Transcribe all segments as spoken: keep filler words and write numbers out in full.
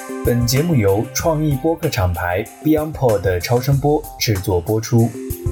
本节目由创意播客厂牌 BeyondPod 的超声波制作播出。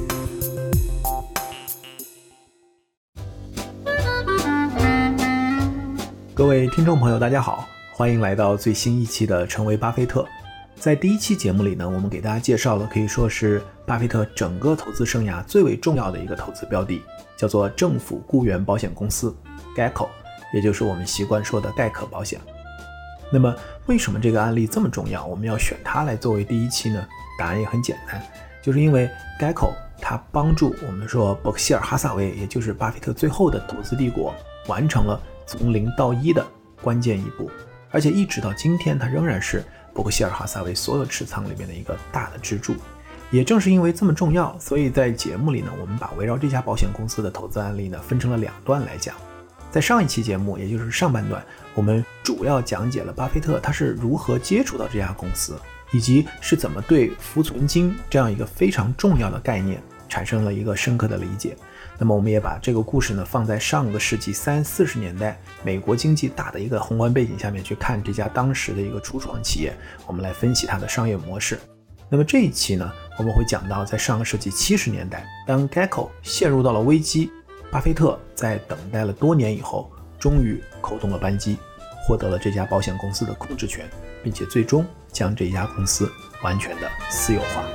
各位听众朋友大家好，欢迎来到最新一期的成为巴菲特。在第一期节目里呢，我们给大家介绍了可以说是巴菲特整个投资生涯最为重要的一个投资标的，叫做政府雇员保险公司 Geico， 也就是我们习惯说的盖克保险。那么为什么这个案例这么重要，我们要选它来作为第一期呢？答案也很简单，就是因为 Geico 它帮助我们说伯克希尔哈撒韦，也就是巴菲特最后的投资帝国，完成了从零到一的关键一步，而且一直到今天它仍然是伯克希尔哈撒韦所有持仓里面的一个大的支柱。也正是因为这么重要，所以在节目里呢，我们把围绕这家保险公司的投资案例呢分成了两段来讲。在上一期节目，也就是上半段，我们主要讲解了巴菲特他是如何接触到这家公司，以及是怎么对浮存金这样一个非常重要的概念产生了一个深刻的理解。那么我们也把这个故事呢放在上个世纪三四十年代美国经济大的一个宏观背景下面去看这家当时的一个初创企业，我们来分析它的商业模式。那么这一期呢，我们会讲到在上个世纪七十年代，当 Geico 陷入到了危机，巴菲特在等待了多年以后，终于扣动了扳机，获得了这家保险公司的控制权，并且最终将这家公司完全的私有化。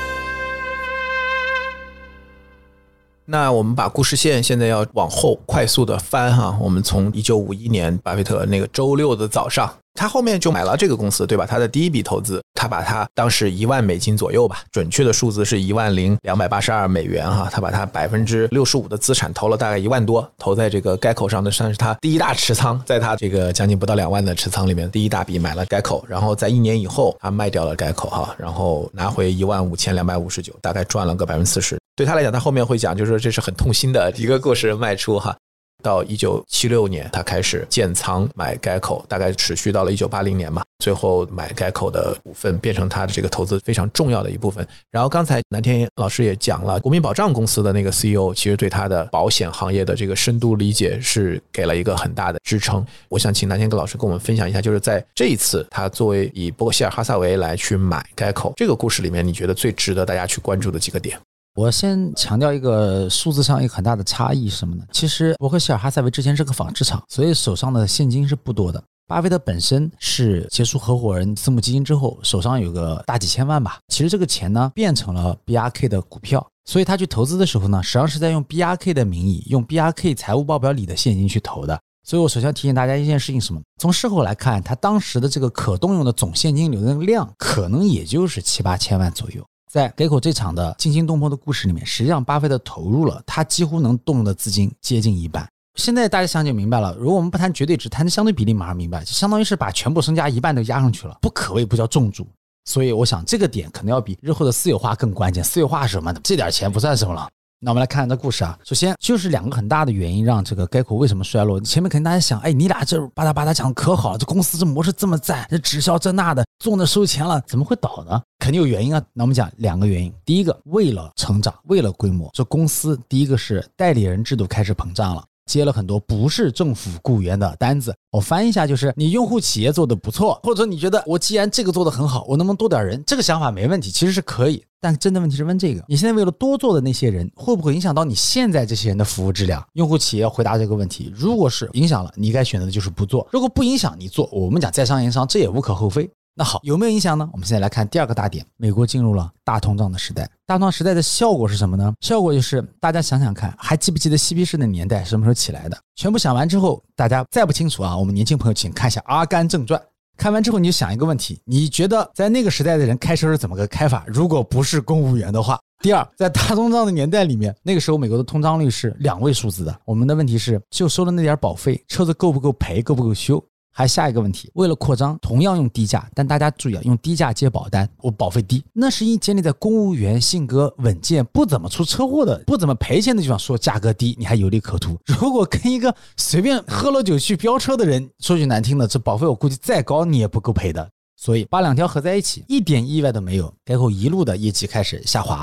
那我们把故事线现在要往后快速的翻哈，我们从一九五一年巴菲特那个周六的早上，他后面就买了这个公司，对吧？他的第一笔投资，他把他当时一万美金左右吧，准确的数字是一万零两百八十二美元哈，他把他百分之六十五的资产投了大概一万多，投在这个 Geico 上的，算是他第一大持仓，在他这个将近不到两万的持仓里面，第一大笔买了 Geico， 然后在一年以后他卖掉了 Geico 哈，然后拿回一万五千两百五十九，大概赚了个百分之四十。对他来讲，他后面会讲，就是说这是很痛心的一个故事卖出哈。到一九七六年他开始建仓买 Geico， 大概持续到了一九八零年嘛，最后买 Geico 的股份变成他的这个投资非常重要的一部分。然后刚才南天老师也讲了，国民保障公司的那个 C E O 其实对他的保险行业的这个深度理解是给了一个很大的支撑。我想请南天跟老师跟我们分享一下，就是在这一次他作为以伯克希尔哈撒韦来去买 Geico 这个故事里面，你觉得最值得大家去关注的几个点？ 我先强调一个数字上一个很大的差异是什么呢？其实伯克希尔哈撒韦之前是个纺织厂，所以手上的现金是不多的。巴菲特本身是结束合伙人私募基金之后，手上有个大几千万吧，其实这个钱呢变成了 B R K 的股票，所以他去投资的时候呢，实际上是在用 B R K 的名义，用 B R K 财务报表里的现金去投的。所以我首先提醒大家一件事情是什么？从事后来看，他当时的这个可动用的总现金流的量可能也就是七八千万左右。在 Geico 这场的惊心动魄的故事里面，实际上巴菲特投入了他几乎能动用的资金接近一半。现在大家想就明白了，如果我们不谈绝对值，谈相对比例，马上明白，就相当于是把全部身家一半都压上去了，不可谓不叫重注。所以我想这个点可能要比日后的私有化更关键。私有化是什么呢？这点钱不算什么了。那我们来看这故事啊，首先就是两个很大的原因让这个 Geico 为什么衰落。前面肯定大家想，哎，你俩这巴拉巴拉讲可好了，这公司这模式这么赞，这直销这那的，做那收钱了，怎么会倒呢？肯定有原因啊。那我们讲两个原因，第一个，为了成长，为了规模，这公司第一个是代理人制度开始膨胀了，接了很多不是政府雇员的单子。我翻译一下，就是你用户企业做的不错，或者你觉得我既然这个做的很好，我能不能多点人，这个想法没问题，其实是可以。但真的问题是问这个，你现在为了多做的那些人，会不会影响到你现在这些人的服务质量？用户企业要回答这个问题，如果是影响了，你该选择的就是不做；如果不影响你做，我们讲在商言商，这也无可厚非。那好，有没有影响呢？我们现在来看第二个大点，美国进入了大通胀的时代。大通胀时代的效果是什么呢？效果就是大家想想看，还记不记得嬉皮士的年代什么时候起来的？全部想完之后，大家再不清楚啊，我们年轻朋友请看一下《阿甘正传》。看完之后你就想一个问题，你觉得在那个时代的人开车是怎么个开法？如果不是公务员的话。第二，在大通胀的年代里面，那个时候美国的通胀率是两位数字的，我们的问题是就收了那点保费，车子够不够赔，够不够修？还下一个问题，为了扩张同样用低价，但大家注意啊，用低价接保单，我保费低，那是因建立在公务员性格稳健，不怎么出车祸的，不怎么赔钱的地方说价格低，你还有利可图。如果跟一个随便喝了酒去飙车的人，说句难听的，这保费我估计再高你也不够赔的。所以把两条合在一起，一点意外都没有，Geico一路的业绩开始下滑。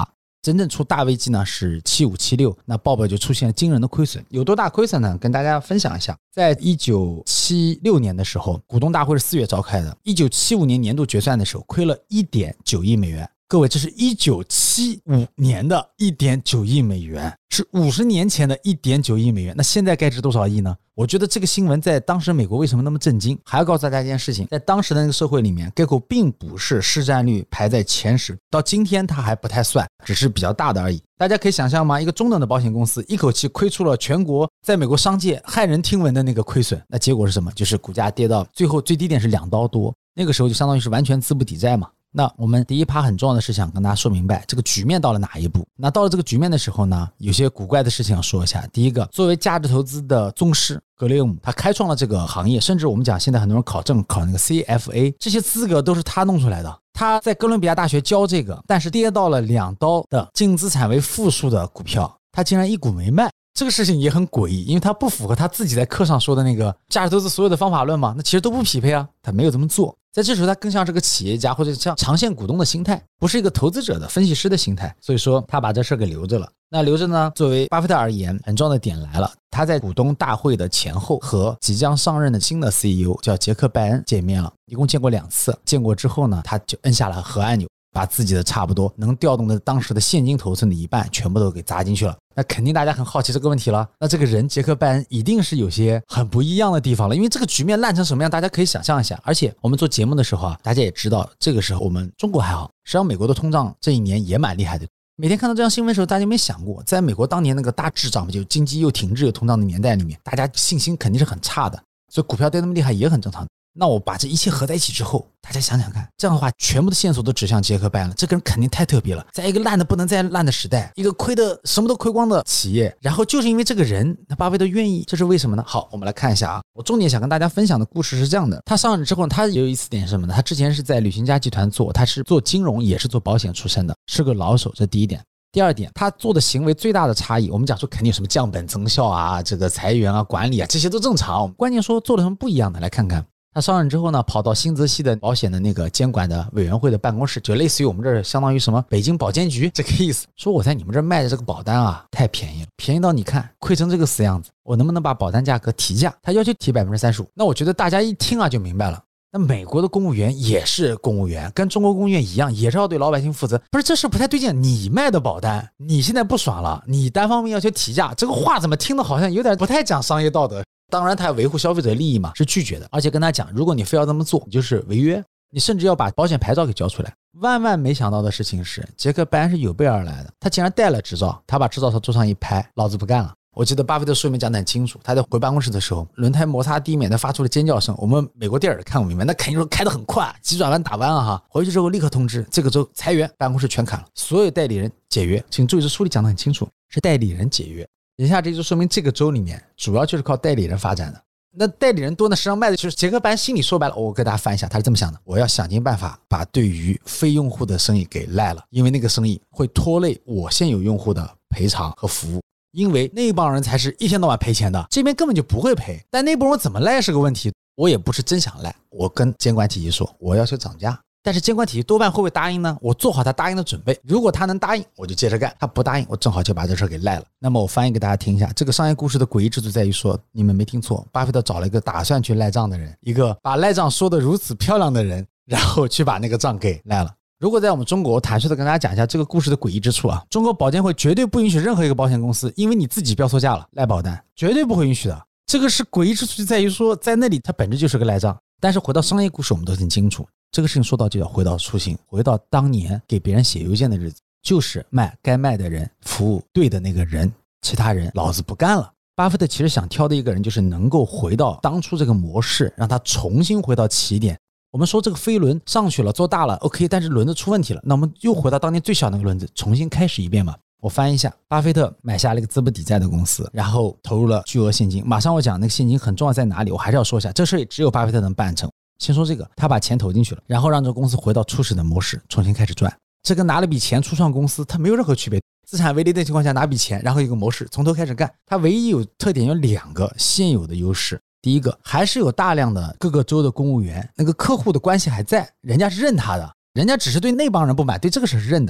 真正出大危机呢是七五七六，那报表就出现了惊人的亏损。有多大亏损呢？跟大家分享一下。在一九七六年的时候，股东大会是四月召开的，一九七五年年度决算的时候亏了 一点九亿美元。各位，这是一九七五年的 一点九亿美元，是五十年前的 一点九亿美元。那现在该值多少亿呢？我觉得这个新闻在当时美国为什么那么震惊？还要告诉大家一件事情，在当时的那个社会里面， Geico 并不是市占率排在前十，到今天它还不太算，只是比较大的而已。大家可以想象吗？一个中等的保险公司一口气亏出了全国在美国商界骇人听闻的那个亏损，那结果是什么？就是股价跌到最后最低点是两刀多，那个时候就相当于是完全资不抵债嘛。那我们第一趴很重要的是想跟大家说明白这个局面到了哪一步。那到了这个局面的时候呢，有些古怪的事情要说一下。第一个，作为价值投资的宗师格雷厄姆，他开创了这个行业，甚至我们讲现在很多人考证考那个 C F A， 这些资格都是他弄出来的。他在哥伦比亚大学教这个，但是跌到了两刀的净资产为负数的股票，他竟然一股没卖。这个事情也很诡异，因为他不符合他自己在课上说的那个价值投资所有的方法论嘛，那其实都不匹配啊，他没有这么做。在这时候他更像这个企业家或者像长线股东的心态，不是一个投资者的分析师的心态，所以说他把这事给留着了。那留着呢，作为巴菲特而言，很重要的点来了，他在股东大会的前后和即将上任的新的 C E O 叫杰克拜恩见面了，一共见过两次。见过之后呢，他就摁下了核按钮，把自己的差不多能调动的当时的现金投资的一半全部都给砸进去了。那肯定大家很好奇这个问题了，那这个人杰克拜恩一定是有些很不一样的地方了，因为这个局面烂成什么样大家可以想象一下。而且我们做节目的时候啊，大家也知道这个时候我们中国还好，实际上美国的通胀这一年也蛮厉害的。每天看到这样新闻的时候，大家有没有想过，在美国当年那个大滞胀，就经济又停滞又通胀的年代里面，大家信心肯定是很差的，所以股票跌那么厉害也很正常。那我把这一切合在一起之后，大家想想看，这样的话全部的线索都指向杰克拜恩了，这个人肯定太特别了，在一个烂的不能再烂的时代，一个亏的什么都亏光的企业，然后就是因为这个人，那巴菲特愿意，这是为什么呢？好，我们来看一下啊，我重点想跟大家分享的故事是这样的，他上任之后他有意思点是什么呢？他之前是在旅行家集团做，他是做金融也是做保险出身的，是个老手，这第一点。第二点，他做的行为最大的差异，我们讲说肯定有什么降本增效啊，这个裁员啊，管理啊，这些都正常，关键说做了什么不一样的，来看看。他上任之后呢，跑到新泽西的保险的那个监管的委员会的办公室，就类似于我们这儿相当于什么北京保监局这个意思，说我在你们这儿卖的这个保单啊太便宜了，便宜到你看亏成这个死样子，我能不能把保单价格提价？他要求提 百分之三十五。 那我觉得大家一听啊就明白了，那美国的公务员也是公务员，跟中国公务员一样，也是要对老百姓负责。不是，这事不太对劲，你卖的保单你现在不爽了，你单方面要求提价，这个话怎么听的好像有点不太讲商业道德。当然他要维护消费者利益嘛，是拒绝的，而且跟他讲，如果你非要这么做，你就是违约，你甚至要把保险牌照给交出来。万万没想到的事情是，杰克拜恩是有备而来的，他竟然带了执照，他把执照朝桌上一拍，老子不干了。我记得巴菲特书里面讲得很清楚，他在回办公室的时候，轮胎摩擦地面，他发出了尖叫声，我们美国电影看不明白，那肯定说开得很快，急转弯打弯了哈。回去之后立刻通知这个周裁员，办公室全砍了，所有代理人解约。请注意，这书里讲得很清楚，是代理人解约。以下这就说明这个州里面主要就是靠代理人发展的，那代理人多呢，实际上卖的就是杰克拜恩心里说白了，我给大家翻一下，他是这么想的，我要想尽办法把对于非用户的生意给赖了，因为那个生意会拖累我现有用户的赔偿和服务，因为那帮人才是一天到晚赔钱的，这边根本就不会赔，但那帮人怎么赖是个问题，我也不是真想赖，我跟监管体系说我要求涨价，但是监管体系多半会不会答应呢？我做好他答应的准备，如果他能答应我就接着干，他不答应我正好就把这事给赖了。那么我翻译给大家听一下，这个商业故事的诡异之处在于说，你们没听错，巴菲特找了一个打算去赖账的人，一个把赖账说得如此漂亮的人，然后去把那个账给赖了。如果在我们中国，坦率的跟大家讲一下这个故事的诡异之处啊，中国保监会绝对不允许任何一个保险公司因为你自己标错价了赖保单，绝对不会允许的。这个是诡异之处就在于说，在那里它本质就是个赖账。但是回到商业故事我们都很清楚，这个事情说到就要回到初心，回到当年给别人写邮件的日子，就是卖该卖的人，服务对的那个人，其他人老子不干了。巴菲特其实想挑的一个人就是能够回到当初这个模式，让他重新回到起点。我们说这个飞轮上去了做大了 OK， 但是轮子出问题了，那我们又回到当年最小那个轮子重新开始一遍嘛。我翻一下，巴菲特买下了一个资不抵债的公司，然后投入了巨额现金。马上我讲那个现金很重要在哪里，我还是要说一下，这事也只有巴菲特能办成。先说这个，他把钱投进去了，然后让这个公司回到初始的模式，重新开始赚。这跟拿了笔钱初创公司它没有任何区别，资产为零的情况下拿笔钱，然后一个模式从头开始干。它唯一有特点有两个现有的优势，第一个还是有大量的各个州的公务员，那个客户的关系还在，人家是认他的，人家只是对那帮人不满，对这个是认的。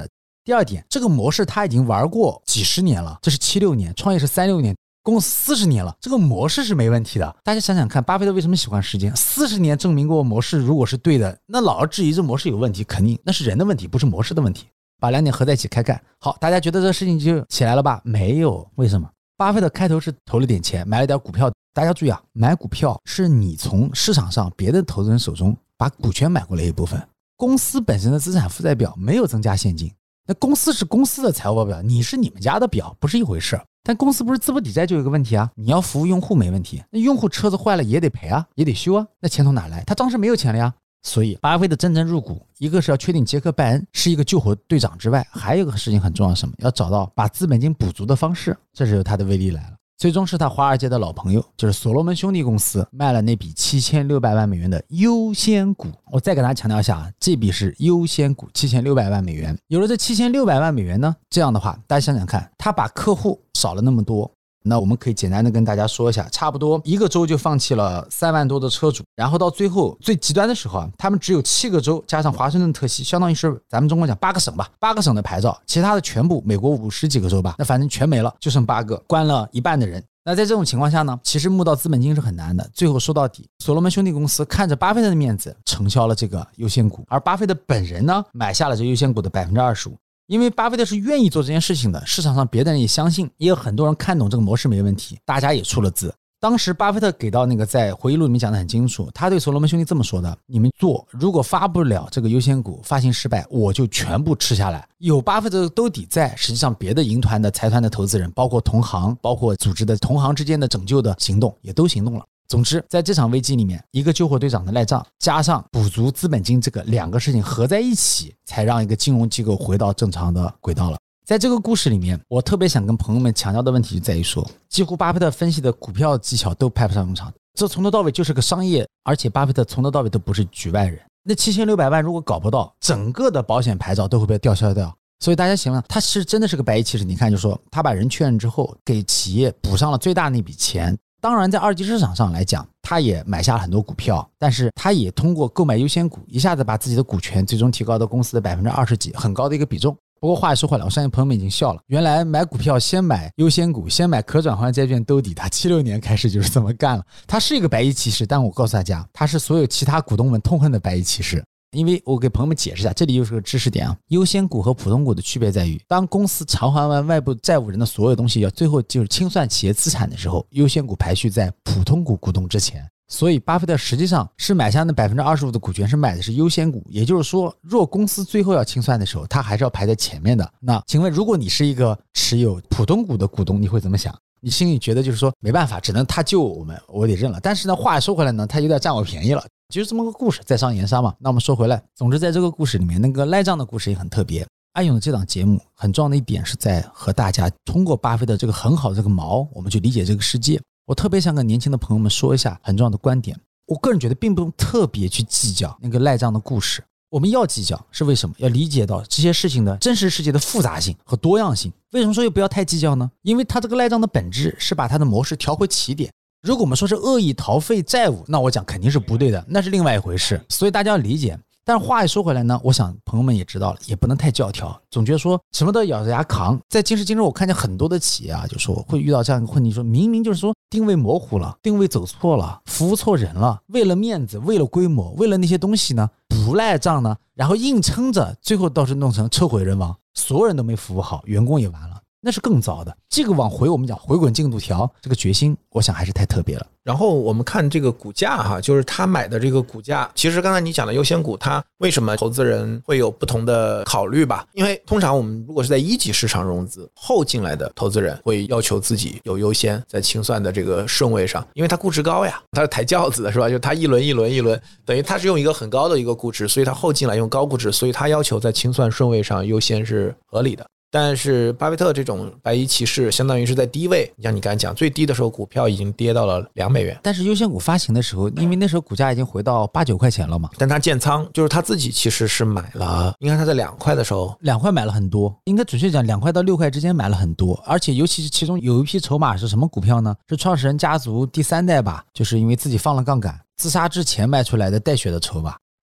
第二点，这个模式他已经玩过几十年了，这是七六年，创业是三六年，共四十年了，这个模式是没问题的。大家想想看，巴菲特为什么喜欢时间？四十年证明过模式如果是对的，那老是质疑这模式有问题，肯定那是人的问题，不是模式的问题。把两点合在一起开干。好，大家觉得这个事情就起来了吧？没有，为什么？巴菲特开头是投了点钱，买了点股票。大家注意啊，买股票是你从市场上别的投资人手中把股权买过来一部分。公司本身的资产负债表没有增加现金，那公司是公司的财务报表，你是你们家的表，不是一回事。但公司不是资不抵债就有一个问题啊，你要服务用户没问题，那用户车子坏了也得赔啊，也得修啊，那钱从哪来？他当时没有钱了呀。所以巴菲特真正入股，一个是要确定杰克拜恩是一个救火队长之外，还有一个事情很重要，什么？要找到把资本金补足的方式，这是有他的威力来了。最终是他华尔街的老朋友，就是所罗门兄弟公司卖了那笔七千六百万美元的优先股。我再给大家强调一下，这笔是优先股，七千六百万美元。有了这七千六百万美元呢，这样的话大家想想看，他把客户少了那么多，那我们可以简单的跟大家说一下，差不多一个州就放弃了三万多的车主，然后到最后最极端的时候啊，他们只有七个州加上华盛顿特西，相当于是咱们中国讲八个省吧，八个省的牌照，其他的全部美国五十几个州吧，那反正全没了，就剩八个，关了一半的人。那在这种情况下呢，其实募到资本金是很难的。最后说到底，所罗门兄弟公司看着巴菲特的面子，承销了这个优先股，而巴菲特本人呢，买下了这优先股的 百分之二十五。因为巴菲特是愿意做这件事情的，市场上别的人也相信，也有很多人看懂这个模式没问题，大家也出了资。当时巴菲特给到那个在回忆录里面讲得很清楚，他对所罗门兄弟这么说的：你们做，如果发不了这个优先股，发行失败，我就全部吃下来。有巴菲特的兜底在，实际上别的银团的财团的投资人，包括同行，包括组织的同行之间的拯救的行动也都行动了。总之在这场危机里面，一个救火队长的赖账加上补足资本金，这个两个事情合在一起，才让一个金融机构回到正常的轨道了。在这个故事里面，我特别想跟朋友们强调的问题就在于说，几乎巴菲特分析的股票技巧都派不上用场，这从头到尾就是个商业，而且巴菲特从头到尾都不是局外人。那七千六百万如果搞不到，整个的保险牌照都会被吊销掉。所以大家想想，他是真的是个白衣骑士。你看，就说他把人确认之后，给企业补上了最大那笔钱。当然在二级市场上来讲，他也买下了很多股票，但是他也通过购买优先股，一下子把自己的股权最终提高到公司的 百分之二十 几，很高的一个比重。不过话也说回来，我相信朋友们已经笑了，原来买股票先买优先股，先买可转换债券兜底，他七六年开始就是这么干了。他是一个白衣骑士，但我告诉大家，他是所有其他股东们痛恨的白衣骑士。因为我给朋友们解释一下，这里又是个知识点啊。优先股和普通股的区别在于，当公司偿还完外部债务人的所有东西，要最后就是清算企业资产的时候，优先股排序在普通股股东之前。所以巴菲特实际上是买下那 百分之二十五 的股权，是买的是优先股。也就是说，若公司最后要清算的时候，他还是要排在前面的。那请问，如果你是一个持有普通股的股东，你会怎么想？你心里觉得就是说没办法，只能他救我们，我得认了。但是呢，话说回来呢，他有点占我便宜了，就是这么个故事，在商言商嘛。那我们说回来，总之在这个故事里面，那个赖账的故事也很特别。安永的这档节目很重要的一点是在和大家通过巴菲特这个很好的这个毛，我们去理解这个世界。我特别想跟年轻的朋友们说一下很重要的观点，我个人觉得并不用特别去计较那个赖账的故事，我们要计较是为什么？要理解到这些事情的真实世界的复杂性和多样性。为什么说又不要太计较呢？因为他这个赖账的本质是把他的模式调回起点。如果我们说是恶意逃废债务，那我讲肯定是不对的，那是另外一回事。所以大家要理解。但是话也说回来呢，我想朋友们也知道了，也不能太教条，总觉得说什么都咬着牙扛。在今时今日，我看见很多的企业啊，就说会遇到这样一个问题，说明明就是说定位模糊了，定位走错了，服务错人了，为了面子，为了规模，为了那些东西呢，不赖账呢，然后硬撑着，最后倒是弄成车毁人亡，所有人都没服务好，员工也完了，那是更糟的。这个往回我们讲回滚进度条，这个决心我想还是太特别了。 然后我们看这个股价哈，就是他买的这个股价，其实刚才你讲的优先股，它为什么投资人会有不同的考虑吧？因为通常我们如果是在一级市场融资，后进来的投资人会要求自己有优先在清算的这个顺位上，因为他估值高呀，他是抬轿子的是吧？就他一轮一轮一轮，等于他是用一个很高的一个估值，所以他后进来用高估值，所以他要求在清算顺位上优先是合理的。但是巴菲特这种白衣骑士相当于是在低位，像你刚才讲最低的时候股票已经跌到了两美元， 但是优先股发行的时候，因为那时候股价已经回到八九块钱了嘛， 但他建仓就是他自己其实是买了，应该他在两块的时候， 两块买了很多，应该准确讲两块到六块之间买了很多，而且尤其是其中有一批筹码是什么股票呢？是创始人家族第三代吧，就是因为自己放了杠杆，自杀之前卖出来的带血的筹码。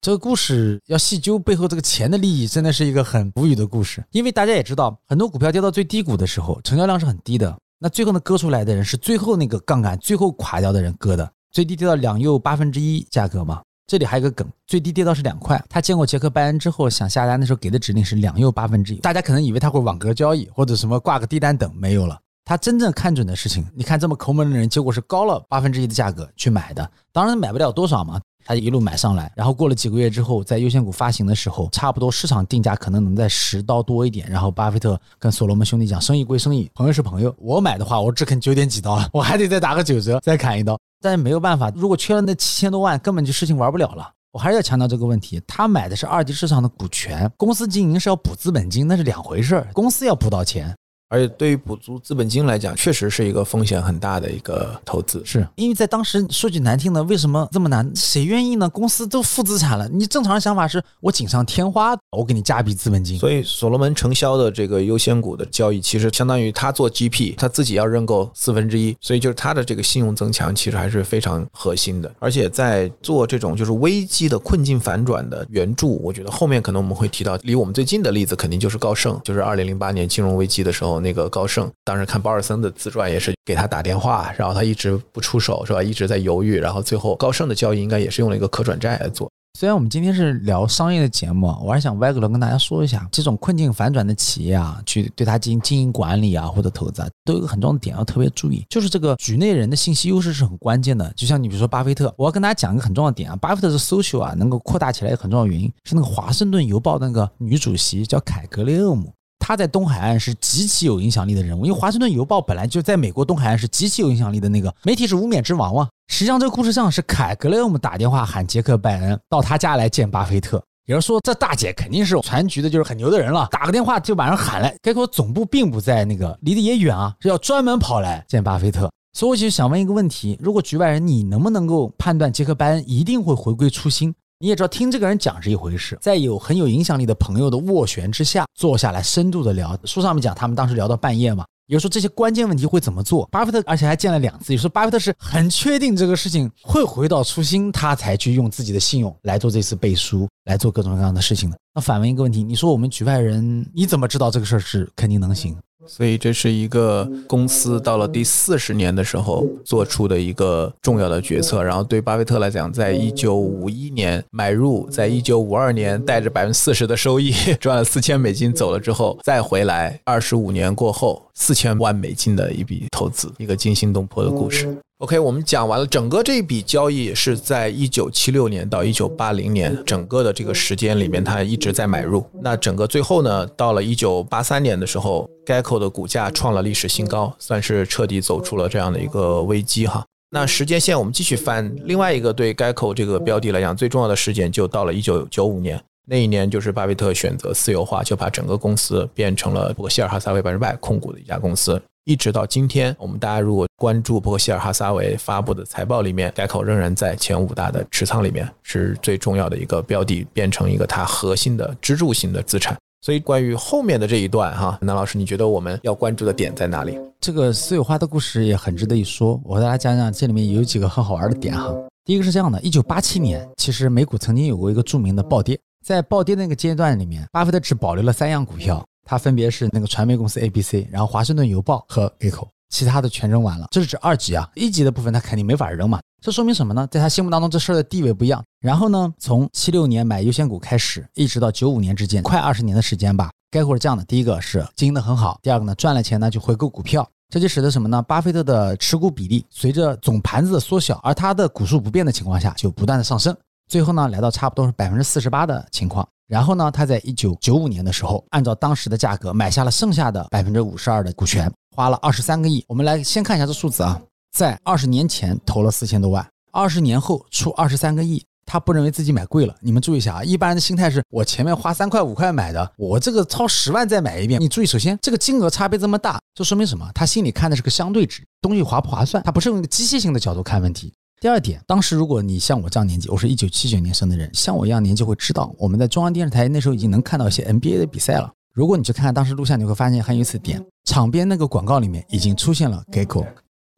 这个故事要细究背后这个钱的利益，真的是一个很无语的故事。因为大家也知道，很多股票跌到最低谷的时候，成交量是很低的，那最后呢割出来的人是最后那个杠杆最后垮掉的人割的，最低跌到两又八分之一价格嘛。这里还有一个梗，最低跌到是两块，他见过杰克拜恩之后想下单的时候给的指令是两又八分之一，大家可能以为他会网格交易或者什么挂个低单等，没有了。他真正看准的事情，你看这么抠门的人，结果是高了八分之一的价格去买的，当然买不了多少嘛，他一路买上来，然后过了几个月之后，在优先股发行的时候，差不多市场定价可能能在十刀多一点，然后巴菲特跟所罗门兄弟讲，生意归生意，朋友是朋友，我买的话我只肯九点几刀，我还得再打个九折再砍一刀，但是没有办法，如果缺了那七千多万，根本就事情玩不了了。我还是要强调这个问题，他买的是二级市场的股权，公司经营是要补资本金，那是两回事，公司要补到钱。 而且对于补足资本金来讲，确实是一个风险很大的一个投资。 是因为在当时说句难听的，为什么这么难？谁愿意呢？公司都负资产了，你正常的想法是我锦上添花，我给你加笔资本金。 所以所罗门承销的这个优先股的交易，其实相当于他做 G P， 他自己要认购四分之一，所以就是他的这个信用增强其实还是非常核心的。而且在做这种就是危机的困境反转的援助，我觉得后面可能我们会提到，离我们最近的例子肯定就是高盛，就是二零零八年金融危机的时候。那个高盛当时看鲍尔森的自传也是给他打电话，然后他一直不出手是吧，一直在犹豫，然后最后高盛的交易应该也是用了一个可转债来做。 虽然我们今天是聊商业的节目，我还是想歪个轮跟大家说一下，这种困境反转的企业啊，去对它进行经营管理啊或者投资啊，都有一个很重要的点要特别注意，就是这个局内人的信息优势是很关键的。就像你比如说巴菲特，我要跟大家讲一个很重要的点啊，巴菲特的 social 啊能够扩大起来一个很重要的原因是那个华盛顿邮报那个女主席叫凯格雷厄姆，他在东海岸是极其有影响力的人物，因为华盛顿邮报本来就在美国东海岸是极其有影响力的那个媒体，是无冕之王啊。实际上这个故事上是凯格雷厄姆打电话喊杰克拜恩到他家来见巴菲特，也就是说这大姐肯定是全局的就是很牛的人了，打个电话就把人喊来，结果总部并不在那个，离得也远啊，是要专门跑来见巴菲特。所以我其实想问一个问题，如果局外人你能不能够判断杰克拜恩一定会回归初心？你也知道听这个人讲是一回事，在有很有影响力的朋友的斡旋之下坐下来深度的聊，书上面讲他们当时聊到半夜嘛，也就是说这些关键问题会怎么做，巴菲特而且还见了两次，也就是说巴菲特是很确定这个事情会回到初心，他才去用自己的信用来做这次背书，来做各种各样的事情的。那反问一个问题，你说我们局外人你怎么知道这个事儿是肯定能行？ 所以这是一个公司到了第四十年的时候做出的一个重要的决策，然后对巴菲特来讲，在一九五一年买入，在一九五二年带着 百分之四十 的收益赚了四千美金走了之后，再回来二十五年过后四千万美金的一笔投资，一个惊心动魄的故事。OK， 我们讲完了整个这一笔交易是在一九七六年到一九八零年整个的这个时间里面他一直在买入，那整个最后呢到了一九八三年的时候 Geico 的股价创了历史新高，算是彻底走出了这样的一个危机哈。那时间线我们继续翻，另外一个对 Geico 这个标的来讲最重要的事件就到了一九九五年，那一年就是巴菲特选择私有化，就把整个公司变成了伯克希尔哈撒韦百分之百控股的一家公司。一直到今天，我们大家如果关注伯克希尔哈撒韦发布的财报里面， Geico 仍然在前五大的持仓里面，是最重要的一个标的，变成一个它核心的支柱性的资产。所以关于后面的这一段哈，南老师你觉得我们要关注的点在哪里？ 这个私有化的故事也很值得一说，我和大家讲讲这里面有几个很好玩的点哈。第一个是这样的，一九八七年其实美股曾经有过一个著名的暴跌，在暴跌那个阶段里面，巴菲特只保留了三样股票，它分别是那个传媒公司 A B C， 然后华盛顿邮报和 Geico， 其他的全扔完了。这是指二级啊，一级的部分他肯定没法扔嘛。这说明什么呢？在他心目当中这事儿的地位不一样。然后呢，从七六年买优先股开始，一直到九五年之间，快二十年的时间吧。Geico是这样的，第一个是经营的很好，第二个呢赚了钱呢就回购股票，这就使得什么呢？巴菲特的持股比例随着总盘子的缩小，而他的股数不变的情况下就不断的上升，最后呢来到差不多是 百分之四十八 的情况。然后呢他在一九九五年的时候按照当时的价格买下了剩下的 百分之五十二 的股权，花了二十三个亿。我们来先看一下这数字啊，在二十年前投了四千多万，二十年后出二十三个亿，他不认为自己买贵了。你们注意一下啊，一般人的心态是我前面花三块五块买的，我这个超十万再买一遍。你注意，首先这个金额差别这么大，这说明什么？他心里看的是个相对值，东西划不划算，他不是用一个机械性的角度看问题。第二点，当时如果你像我这样年纪，我是一九七九年生的人，像我一样年纪会知道，我们在中央电视台那时候已经能看到一些 N B A 的比赛了。如果你去看看当时录像，你会发现很有意思的点，场边那个广告里面已经出现了 Geico。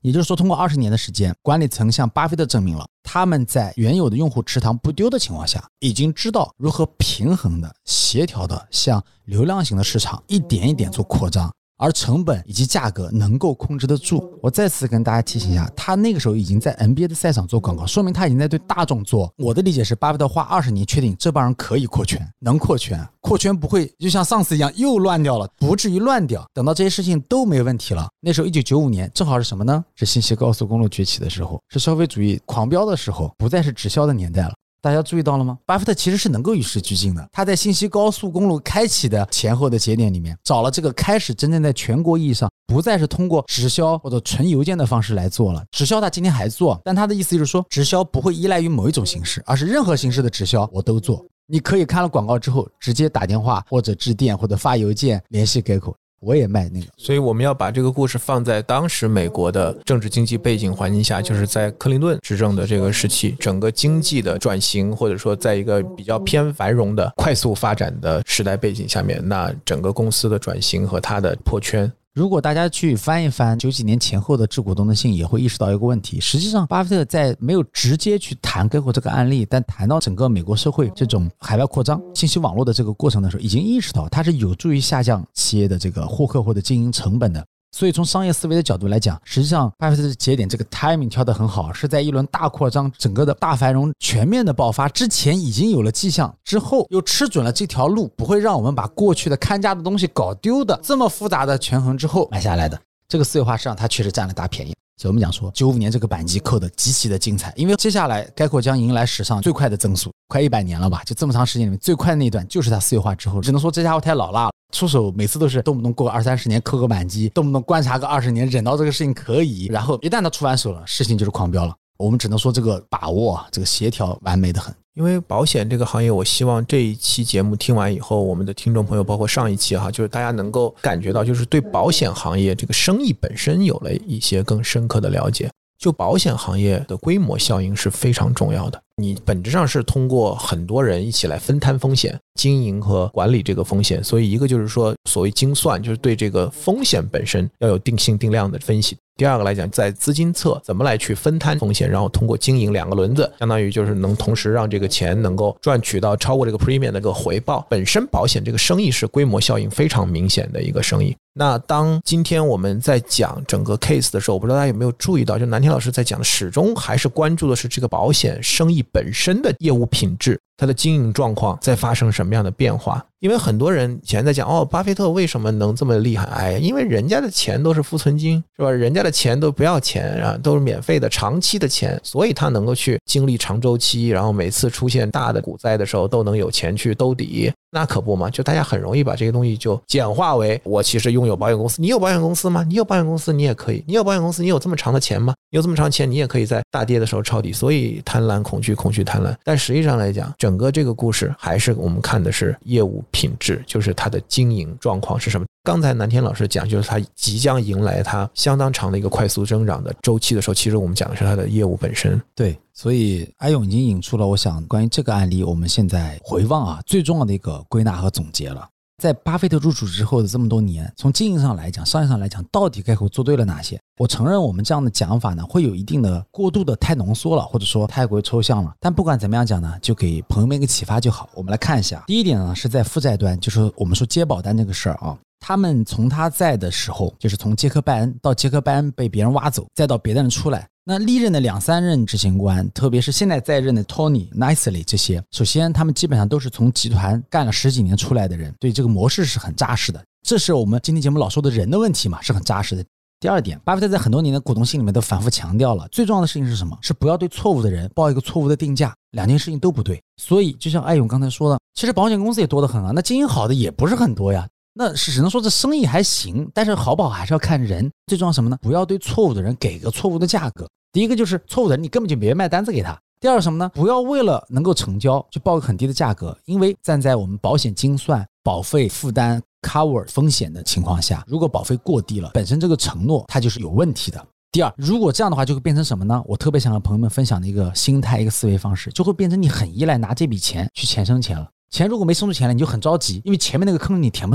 也就是说，通过二十年的时间，管理层向巴菲特证明了他们在原有的用户池塘不丢的情况下，已经知道如何平衡的、协调的向流量型的市场一点一点做扩张，而成本以及价格能够控制得住。我再次跟大家提醒一下，他那个时候已经在 N B A 的赛场做广告，说明他已经在对大众做。我的理解是，巴菲特花二十年确定这帮人可以扩圈，能扩圈，扩圈不会就像上次一样又乱掉了，不至于乱掉。等到这些事情都没问题了，那时候一九九五年正好是什么呢？是信息高速公路崛起的时候，是消费主义狂飙的时候，不再是直销的年代了。大家注意到了吗？巴菲特其实是能够与时俱进的，他在信息高速公路开启的前后的节点里面，找了这个开始真正在全国意义上不再是通过直销或者纯邮件的方式来做了。直销他今天还做，但他的意思就是说，直销不会依赖于某一种形式，而是任何形式的直销我都做。你可以看了广告之后直接打电话或者致电或者发邮件联系给口，我也卖那个。 所以我们要把这个故事放在当时美国的政治经济背景环境下，就是在克林顿执政的这个时期，整个经济的转型，或者说在一个比较偏繁荣的快速发展的时代背景下面，那整个公司的转型和它的破圈。 如果大家去翻一翻九几年前后的致股东的信，也会意识到一个问题，实际上巴菲特在没有直接去谈Geico这个案例，但谈到整个美国社会这种海外扩张信息网络的这个过程的时候，已经意识到它是有助于下降企业的这个获客或者经营成本的。所以从商业思维的角度来讲，实际上巴菲特的节点这个 timing 挑得很好，是在一轮大扩张整个的大繁荣全面的爆发之前已经有了迹象，之后又吃准了这条路不会让我们把过去的看家的东西搞丢的这么复杂的权衡之后买下来的。这个思维化实际上它确实占了大便宜。所以我们讲说九五年这个扳机扣得极其的精彩，因为接下来Geico将迎来史上最快的增速，快一百年了吧，就这么长时间里面最快的那一段就是它私有化之后，只能说这家伙太老辣了，出手每次都是动不动过二三十年扣个扳机，动不动观察个二十年，忍到这个事情可以，然后一旦它出完手了，事情就是狂飙了。我们只能说这个把握这个协调完美的很。 因为保险这个行业，我希望这一期节目听完以后，我们的听众朋友包括上一期哈，就是大家能够感觉到，就是对保险行业这个生意本身有了一些更深刻的了解。就保险行业的规模效应是非常重要的，你本质上是通过很多人一起来分摊风险，经营和管理这个风险。所以一个就是说所谓精算，就是对这个风险本身要有定性定量的分析。第二个来讲，在资金侧怎么来去分摊风险，然后通过经营两个轮子，相当于就是能同时让这个钱能够赚取到超过这个 premium 的这个回报。本身保险这个生意是规模效应非常明显的一个生意。那当今天我们在讲整个 case 的时候，我不知道大家有没有注意到，就南天老师在讲的始终还是关注的是这个保险生意本身的业务品质，它的经营状况在发生什么样的变化。因为很多人以前在讲，哦，巴菲特为什么能这么厉害？哎，因为人家的钱都是复存金，是吧？人家的钱都不要钱啊，都是免费的长期的钱，所以他能够去经历长周期，然后每次出现大的股灾的时候都能有钱去兜底。那可不嘛，就大家很容易把这个东西就简化为，我其实拥有保险公司。你有保险公司吗？你有保险公司你也可以，你有保险公司你有这么长的钱吗？你有这么长的钱你也可以在大跌的时候抄底。所以贪婪恐惧恐惧贪婪，但实际上来讲，整个这个故事还是我们看的是业务品质，就是它的经营状况是什么。刚才南天老师讲，就是它即将迎来它相当长的一个快速增长的周期的时候，其实我们讲的是它的业务本身。 对，所以阿勇已经引出了我想关于这个案例我们现在回望啊最重要的一个归纳和总结了。在巴菲特入主之后的这么多年，从经营上来讲，商业上来讲，到底Geico做对了哪些？我承认我们这样的讲法呢，会有一定的过度的太浓缩了，或者说太过于抽象了。但不管怎么样讲呢，就给朋友们一个启发就好。我们来看一下，第一点呢，是在负债端，就是我们说接保单这个事儿啊。他们从他在的时候，就是从杰克拜恩到杰克拜恩被别人挖走，再到别的人出来，那历任的两三任执行官，特别是现在在任的 Tony、Nicely 这些，首先他们基本上都是从集团干了十几年出来的人，对这个模式是很扎实的，这是我们今天节目老说的人的问题嘛，是很扎实的。第二点，巴菲特在很多年的股东信里面都反复强调了，最重要的事情是什么？是不要对错误的人报一个错误的定价，两件事情都不对。所以就像艾勇刚才说的，其实保险公司也多得很啊，那经营好的也不是很多呀。那是只能说这生意还行，但是好不好还是要看人。最重要什么呢？不要对错误的人给个错误的价格。第一个就是错误的人你根本就别卖单子给他。第二个什么呢？不要为了能够成交就报个很低的价格，因为站在我们保险精算保费负担 cover 风险的情况下，如果保费过低了，本身这个承诺它就是有问题的。第二，如果这样的话就会变成什么呢？我特别想和朋友们分享的一个心态一个思维方式，就会变成你很依赖拿这笔钱去钱生钱了。钱如果没生出钱来，你就很着急，因为前面那个坑你填不上的。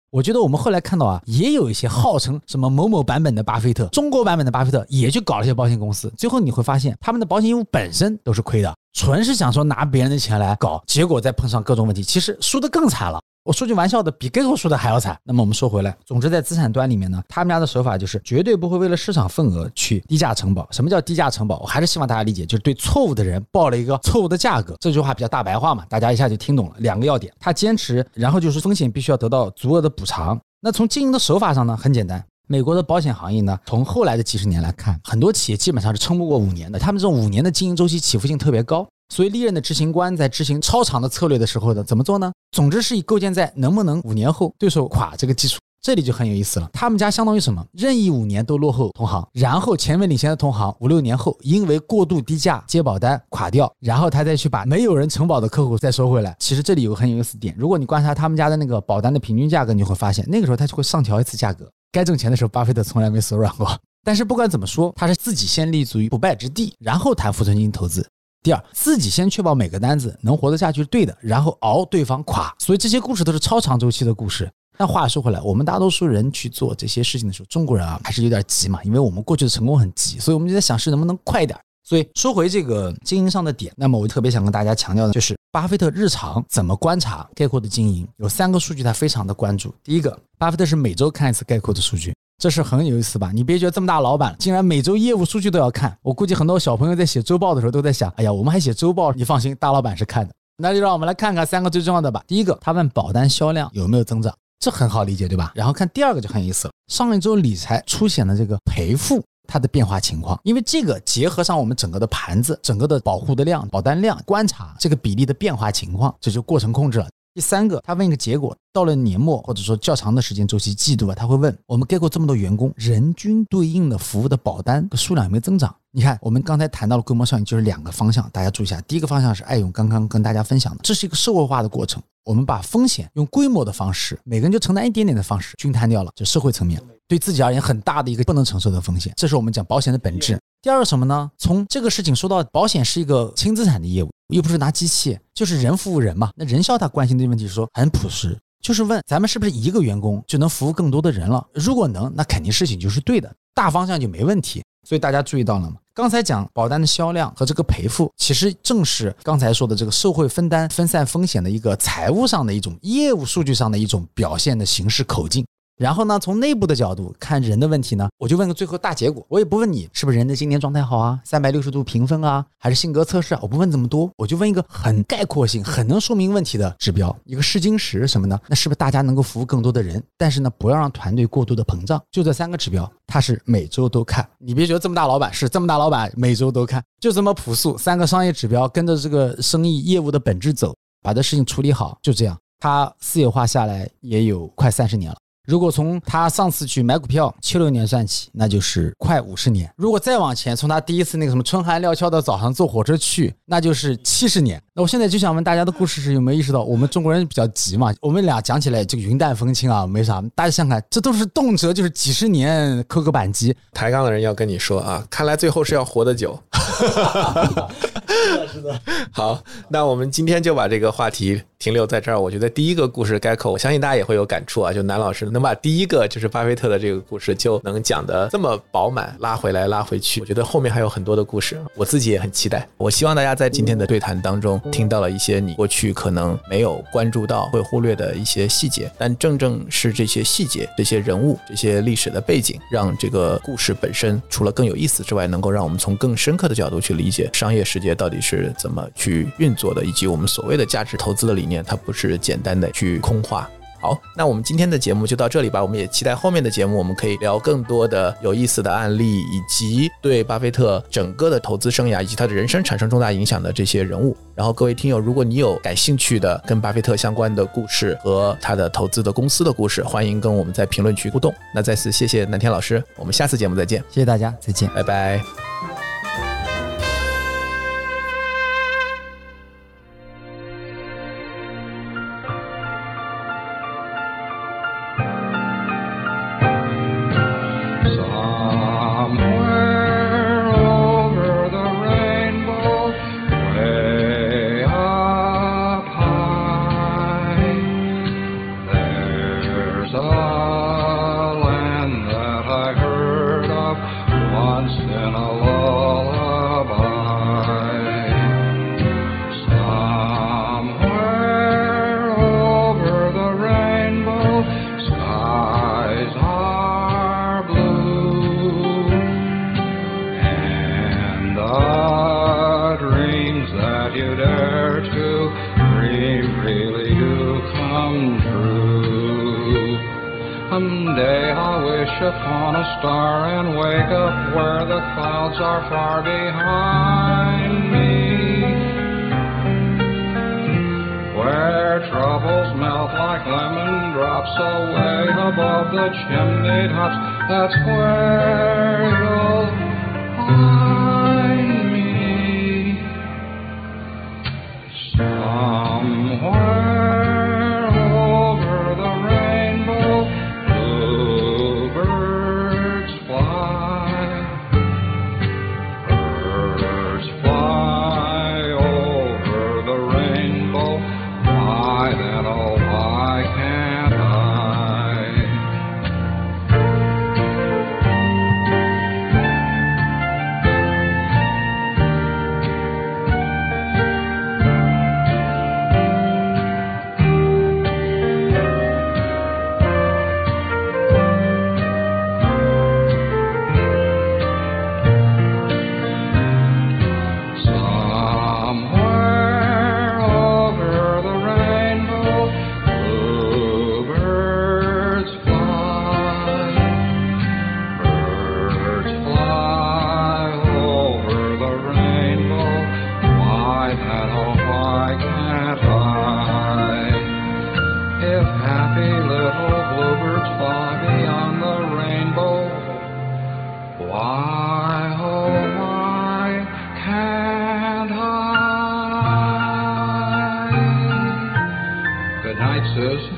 我觉得我们后来看到啊，也有一些号称什么某某版本的巴菲特，中国版本的巴菲特也去搞了一些保险公司，最后你会发现他们的保险业务本身都是亏的，纯是想说拿别人的钱来搞，结果再碰上各种问题，其实输得更惨了。我说句玩笑的，比 Geico 输的还要惨。那么我们说回来，总之在资产端里面呢，他们家的手法就是绝对不会为了市场份额去低价承保。什么叫低价承保？我还是希望大家理解，就是对错误的人报了一个错误的价格。这句话比较大白话嘛，大家一下就听懂了。两个要点，他坚持，然后就是风险必须要得到足额的补偿。那从经营的手法上呢，很简单。美国的保险行业呢，从后来的几十年来看，很多企业基本上是撑不过五年的，他们这种五年的经营周期起伏性特别高。所以历任的执行官在执行超长的策略的时候呢，怎么做呢？总之是以构建在能不能五年后对手垮这个基础。这里就很有意思了，他们家相当于什么？任意五年都落后同行，然后前面领先的同行五六年后因为过度低价接保单垮掉，然后他再去把没有人承保的客户再收回来。其实这里有个很有意思的点，如果你观察他们家的那个保单的平均价格，你会发现那个时候他就会上调一次价格。该挣钱的时候巴菲特从来没手软过。但是不管怎么说，他是自己先立足于不败之地，然后谈富存金投资。第二，自己先确保每个单子能活得下去是对的，然后熬对方垮。所以这些故事都是超长周期的故事。但话说回来，我们大多数人去做这些事情的时候，中国人啊还是有点急嘛，因为我们过去的成功很急，所以我们就在想是能不能快一点。所以说回这个经营上的点，那么我特别想跟大家强调的就是巴菲特日常怎么观察概括的经营，有三个数据他非常的关注。第一个，巴菲特是每周看一次概括的数据，这是很有意思吧？你别觉得这么大老板竟然每周业务数据都要看，我估计很多小朋友在写周报的时候都在想，哎呀，我们还写周报，你放心，大老板是看的。那就让我们来看看三个最重要的吧。第一个，他问保单销量有没有增长，这很好理解对吧？然后看第二个就很有意思了，上一周理财出现的这个赔付它的变化情况，因为这个结合上我们整个的盘子，整个的保护的量，保单量，观察这个比例的变化情况，这就过程控制了。第三个，他问一个结果，到了年末或者说较长的时间周期季度啊，他会问我们概括这么多员工，人均对应的服务的保单的数量有没有增长。你看我们刚才谈到了规模效应，就是两个方向，大家注意一下。第一个方向是艾勇刚刚跟大家分享的，这是一个社会化的过程，我们把风险用规模的方式，每个人就承担一点点的方式均摊掉了，这社会层面对自己而言很大的一个不能承受的风险，这是我们讲保险的本质。第二个什么呢？从这个事情说到保险是一个轻资产的业务，又不是拿机器，就是人服务人嘛。那人销他关心的问题是说很朴实，就是问咱们是不是一个员工就能服务更多的人了？如果能，那肯定事情就是对的，大方向就没问题。所以大家注意到了吗？刚才讲保单的销量和这个赔付，其实正是刚才说的这个社会分担分散风险的一个财务上的一种业务数据上的一种表现的形式口径。然后呢，从内部的角度看人的问题呢，我就问个最后大结果，我也不问你是不是人的今年状态好啊，三百六十度评分啊，还是性格测试啊，我不问这么多，我就问一个很概括性很能说明问题的指标，一个试金石什么呢？那是不是大家能够服务更多的人，但是呢不要让团队过度的膨胀，就这三个指标，它是每周都看。你别觉得这么大老板是这么大老板每周都看，就这么朴素，三个商业指标跟着这个生意业务的本质走，把这事情处理好，就这样。他私有化下来也有快三十年了，如果从他上次去买股票七六年算起，那就是快五十年。如果再往前，从他第一次那个什么春寒料峭的早上坐火车去，那就是七十年。那我现在就想问大家的故事是有没有意识到，我们中国人比较急嘛？我们俩讲起来这个云淡风轻啊，没啥。大家想想看，这都是动辄就是几十年扣个扳机。 抬杠的人要跟你说啊，看来最后是要活得久。 是的，是的。 好，那我们今天就把这个话题停留在这儿。我觉得第一个故事概括，我相信大家也会有感触啊。就南老师能把第一个就是巴菲特的这个故事就能讲得这么饱满，拉回来拉回去，我觉得后面还有很多的故事，我自己也很期待。我希望大家在今天的对谈当中听到了一些你过去可能没有关注到会忽略的一些细节，但正正是这些细节，这些人物，这些历史的背景，让这个故事本身除了更有意思之外，能够让我们从更深刻的角度去理解商业世界到底是怎么去运作的，以及我们所谓的价值投资的理念，它不是简单的去空话。好，那我们今天的节目就到这里吧。我们也期待后面的节目，我们可以聊更多的有意思的案例，以及对巴菲特整个的投资生涯以及他的人生产生重大影响的这些人物。然后各位听友，如果你有感兴趣的跟巴菲特相关的故事和他的投资的公司的故事，欢迎跟我们在评论区互动。那再次谢谢南天老师，我们下次节目再见。 谢谢大家，再见， 拜拜。 There's a wish upon a star and wake up where the clouds are far behind me, where troubles melt like lemon drops away above the chimney tops. That's where you'll find me. Somewhere over the rainbow, bluebirds fly. Birds fly over the rainbow. Why then, oh, why can't I? Somewhere over the rainbow, bluebirds fly. Birds fly over the rainbow. Why then, oh, why can't I? If happy little bluebirds fly beyond the rainbow, why, oh, why can't I? Good night, Susan.